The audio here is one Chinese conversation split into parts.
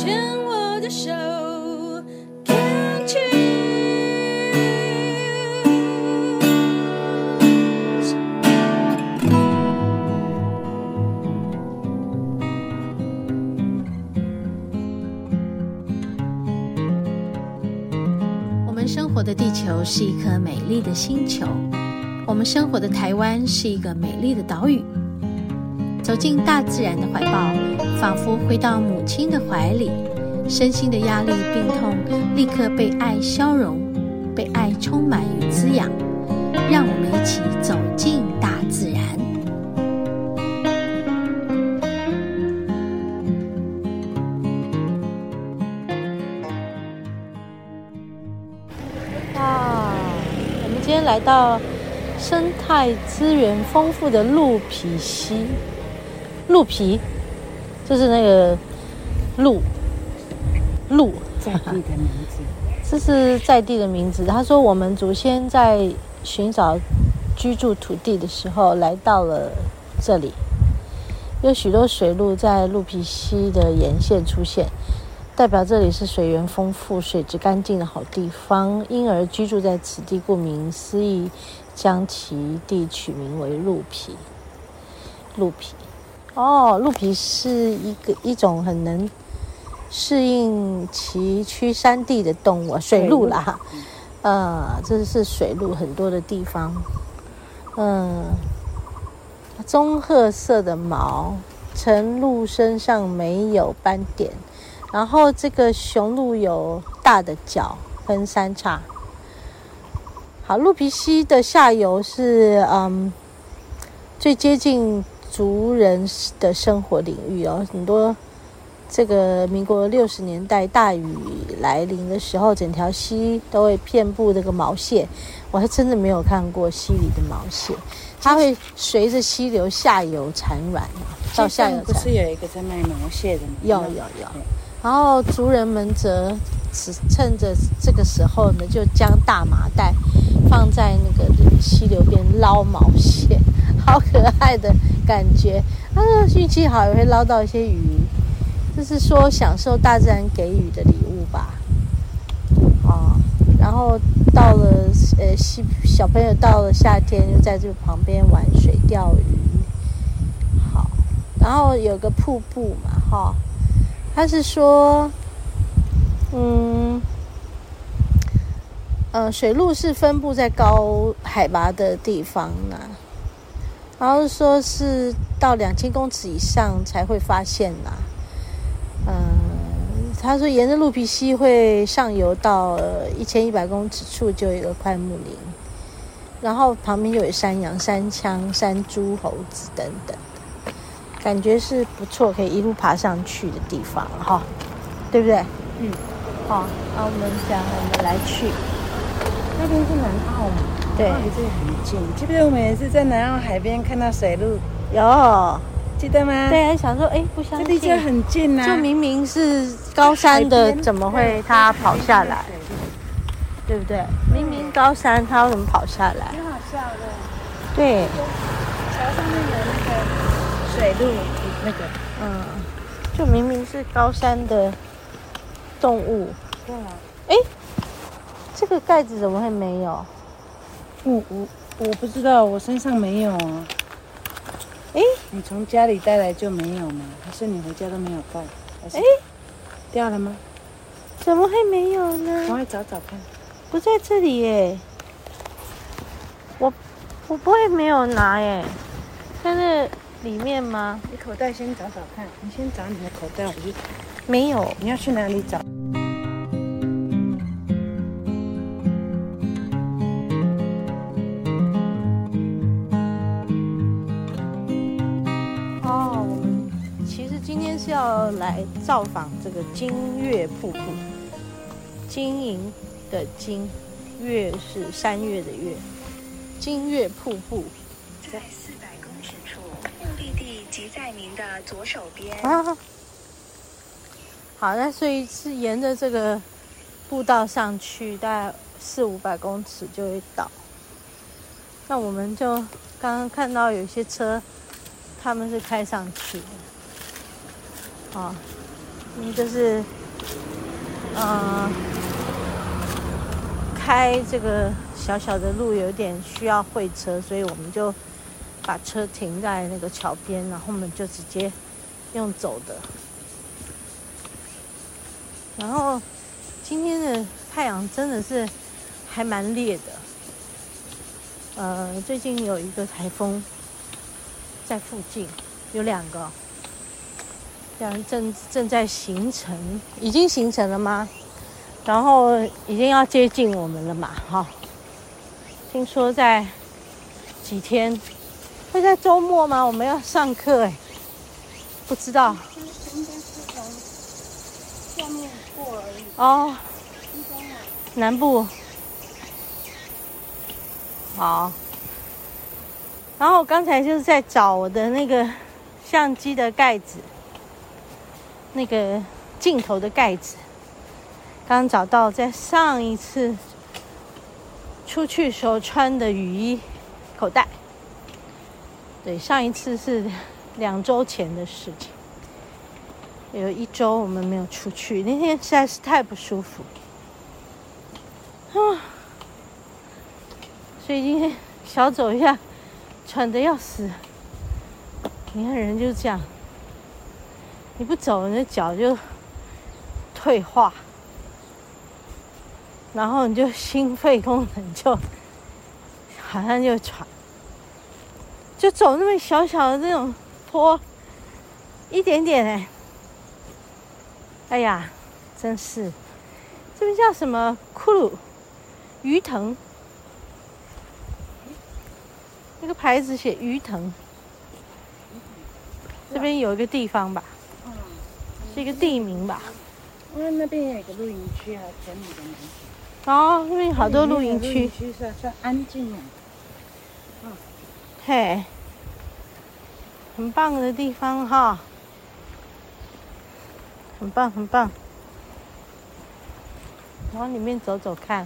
牵我的手 Can't you。 我们生活的地球是一颗美丽的星球，我们生活的台湾是一个美丽的岛屿。走进大自然的怀抱，仿佛回到母亲的怀里，身心的压力病痛立刻被爱消融，被爱充满与滋养。让我们一起走进大自然。哇，我们今天来到生态资源丰富的鹿皮溪。鹿皮就是那个鹿在地的名字， 这是在地的名字。他说我们祖先在寻找居住土地的时候来到了这里，有许多水鹿在鹿皮溪的沿线出现，代表这里是水源丰富、水质干净的好地方，因而居住在此地，顾名思义，将其地取名为鹿皮。鹿皮鹿皮是一种很能适应崎岖山地的动物，水鹿啦。这是水鹿很多的地方。棕褐色的毛，成鹿身上没有斑点，然后这个雄鹿有大的角分三叉。好，鹿皮溪的下游是最接近族人的生活领域哦，很多这个民国60年代大雨来临的时候，整条溪都会遍布这个毛蟹，我还真的没有看过溪里的毛蟹，它会随着溪流下游产卵到下游产。 不是有一个在卖毛蟹的吗？ 有。然后族人们则趁着这个时候呢，就将大麻袋放在那个溪流边捞毛蟹，好可爱的感觉。运气好也会捞到一些鱼，就是说享受大自然给予的礼物吧。然后到了小朋友到了夏天就在这个旁边玩水钓鱼。好，然后有个瀑布嘛，他是说水鹿是分布在高海拔的地方然后说是到2000公尺以上才会发现他说沿着鹿皮溪会上游到1100公尺处就有一个快木林，然后旁边就有山羊、山羌、山猪、猴子等等的，感觉是不错，可以一路爬上去的地方对不对？好，那我们来去那边是南澳嘛？ 对， 这里很近。记不记得我们也是在南澳海边看到水鹿？ 有， 记得吗？ 对，想说不相信， 这离家很近啊， 就明明是高山的，怎么会它跑下来？对不对？明明高山，它为什么跑下来？ 挺好笑的。 对， 桥上面有那个水鹿， 就明明是高山的动物。 对啊。 这个盖子怎么会没有？ 我不知道，我身上没有啊。你从家里带来就没有吗？还是你回家都没有带？掉了吗？ 怎么会没有呢？ 赶快找找看。 不在这里耶。我不会没有拿耶，在那里面吗？ 你口袋先找找看，你先找你的口袋，我就没有。 你要去哪里找？ 我们其实今天是要来造访这个金月瀑布，金银的金，月是3月的月，金月瀑布。 在400公尺处，目的地即在您的左手边。 好，那所以是沿着这个步道上去，大概400-500公尺就会到。那我们就刚刚看到有些车，他们是开上去的。 就是开这个小小的路有点需要会车，所以我们就把车停在那个桥边，然后我们就直接用走的。然后今天的太阳真的是还蛮烈的。最近有一个台风在附近，有2个，正在形成，已经形成了吗？然后已经要接近我们了嘛，哈。听说在几天，会在周末吗？我们要上课不知道。 应该是从下面过而已。 哦，南部。好，然后我刚才就是在找我的那个相机的盖子，那个镜头的盖子，刚找到在上一次出去时候穿的雨衣口袋。对，上一次是2周前的事情，有1周我们没有出去，那天实在是太不舒服啊。所以今天小走一下，喘得要死。你看人就是这样，你不走，你的脚就退化，然后你就心肺功能就好像就喘，就走那么小小的这种坡，一点点哎呀，真是，这边叫什么库鲁鱼藤。那个牌子写鱼藤，这边有一个地方吧，是一个地名吧。 因为那边也有一个露营区啊，田里的南区。 哦，那边有好多露营区。 露营区算安静啊。 嘿，很棒的地方哈，很棒很棒。往里面走走看。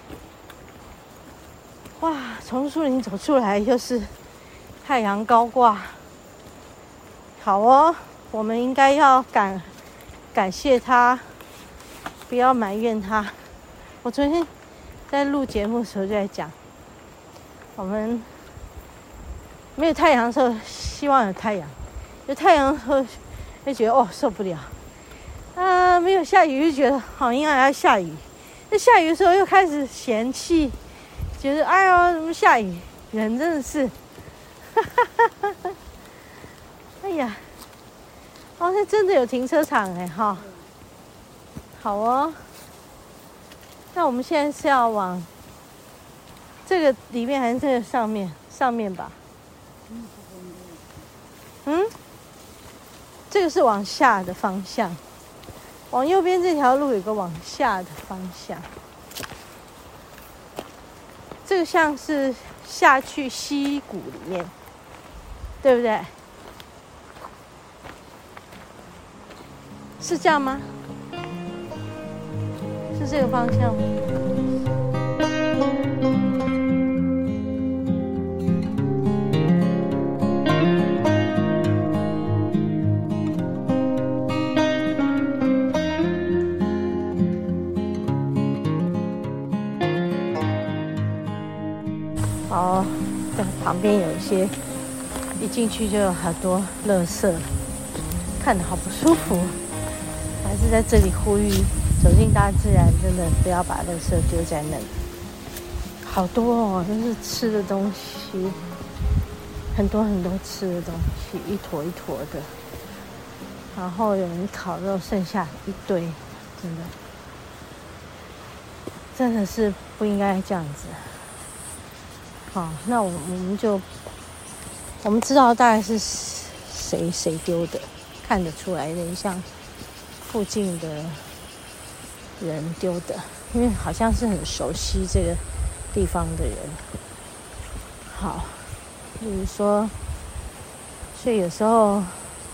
哇，从树林走出来又是太阳高挂，好哦，我们应该要感谢他，不要埋怨他。我昨天在录节目的时候就在讲，我们没有太阳的时候希望有太阳，有太阳的时候就觉得受不了啊，没有下雨就觉得好应该要下雨，那下雨的时候又开始嫌弃。觉得哎呦，怎么下雨？人真的是，哎呀，那真的有停车场哈。好哦，那我们现在是要往这个里面还是这个上面？上面吧。这个是往下的方向，往右边这条路有个往下的方向。这个像是下去溪谷里面，对不对？是这样吗？是这个方向吗？在旁边有一些，一进去就有好多垃圾，看得好不舒服。还是在这里呼吁，走进大自然，真的不要把垃圾丢在那里。好多哦，都是吃的东西，很多很多吃的东西，一坨一坨的。然后有人烤肉，剩下一堆，真的是不应该这样子。好，那我们知道大概是谁丢的，看得出来的，像附近的人丢的，因为好像是很熟悉这个地方的人。好，就是说，所以有时候，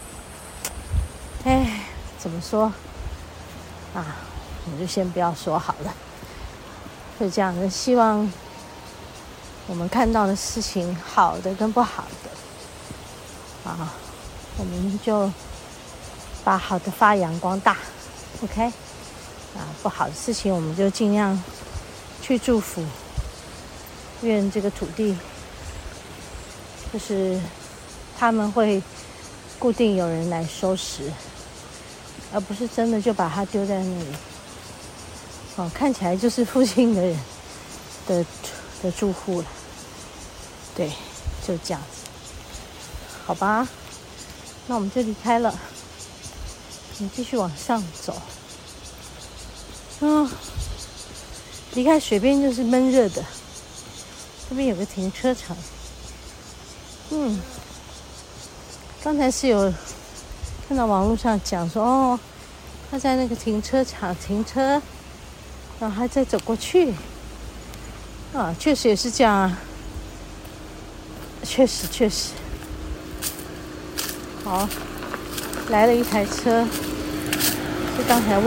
怎么说啊？我就先不要说好了，就这样子。希望我们看到的事情，好的跟不好的，我们就把好的发扬光大。OK， 不好的事情我们就尽量去祝福，愿这个土地就是他们会固定有人来收拾，而不是真的就把它丢在那里。看起来就是附近的人的住户了。对，就这样子，好吧，那我们就离开了，我们继续往上走。离开水边就是闷热的，这边有个停车场。刚才是有看到网络上讲说，他在那个停车场停车，然后还再走过去。确实也是这样啊，确实。好，来了一台车，是刚才问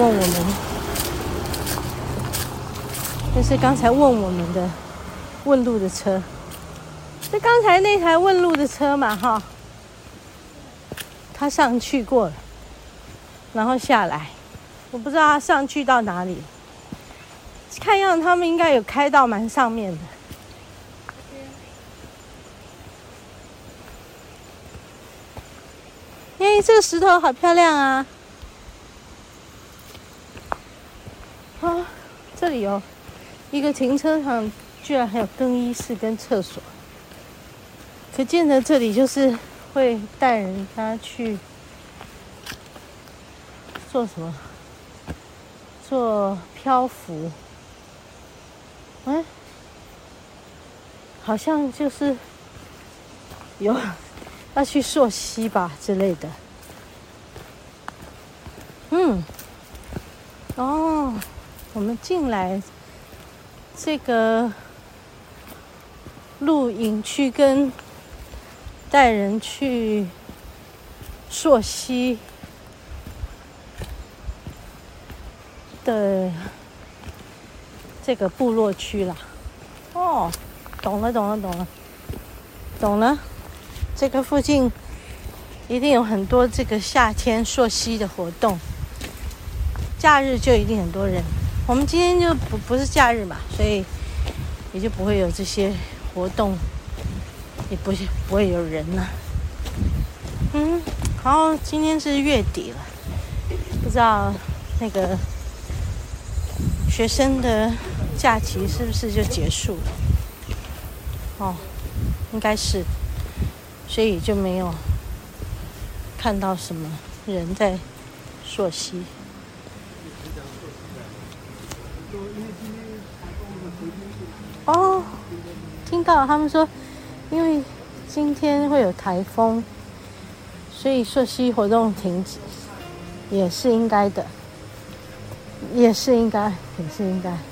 我们的问路的车，是刚才那台问路的车嘛哈，他上去过了，然后下来，我不知道他上去到哪里，看样他们应该有开到蛮上面的。这个石头好漂亮啊！这里有一个停车场，居然还有更衣室跟厕所，可见得这里就是会带人家去做什么？做漂浮。好像就是有要去溯溪吧之类的。我们进来这个露营区跟带人去溯溪的这个部落区啦。懂了。这个附近一定有很多这个夏天溯溪的活动，假日就一定很多人。我们今天就不是假日嘛，所以也就不会有这些活动，也不会有人了。好，今天是月底了，不知道那个学生的假期是不是就结束了？应该是，所以就没有看到什么人在溯溪。听到他们说，因为今天会有台风，所以溯溪活动停止，也是应该的，也是应该。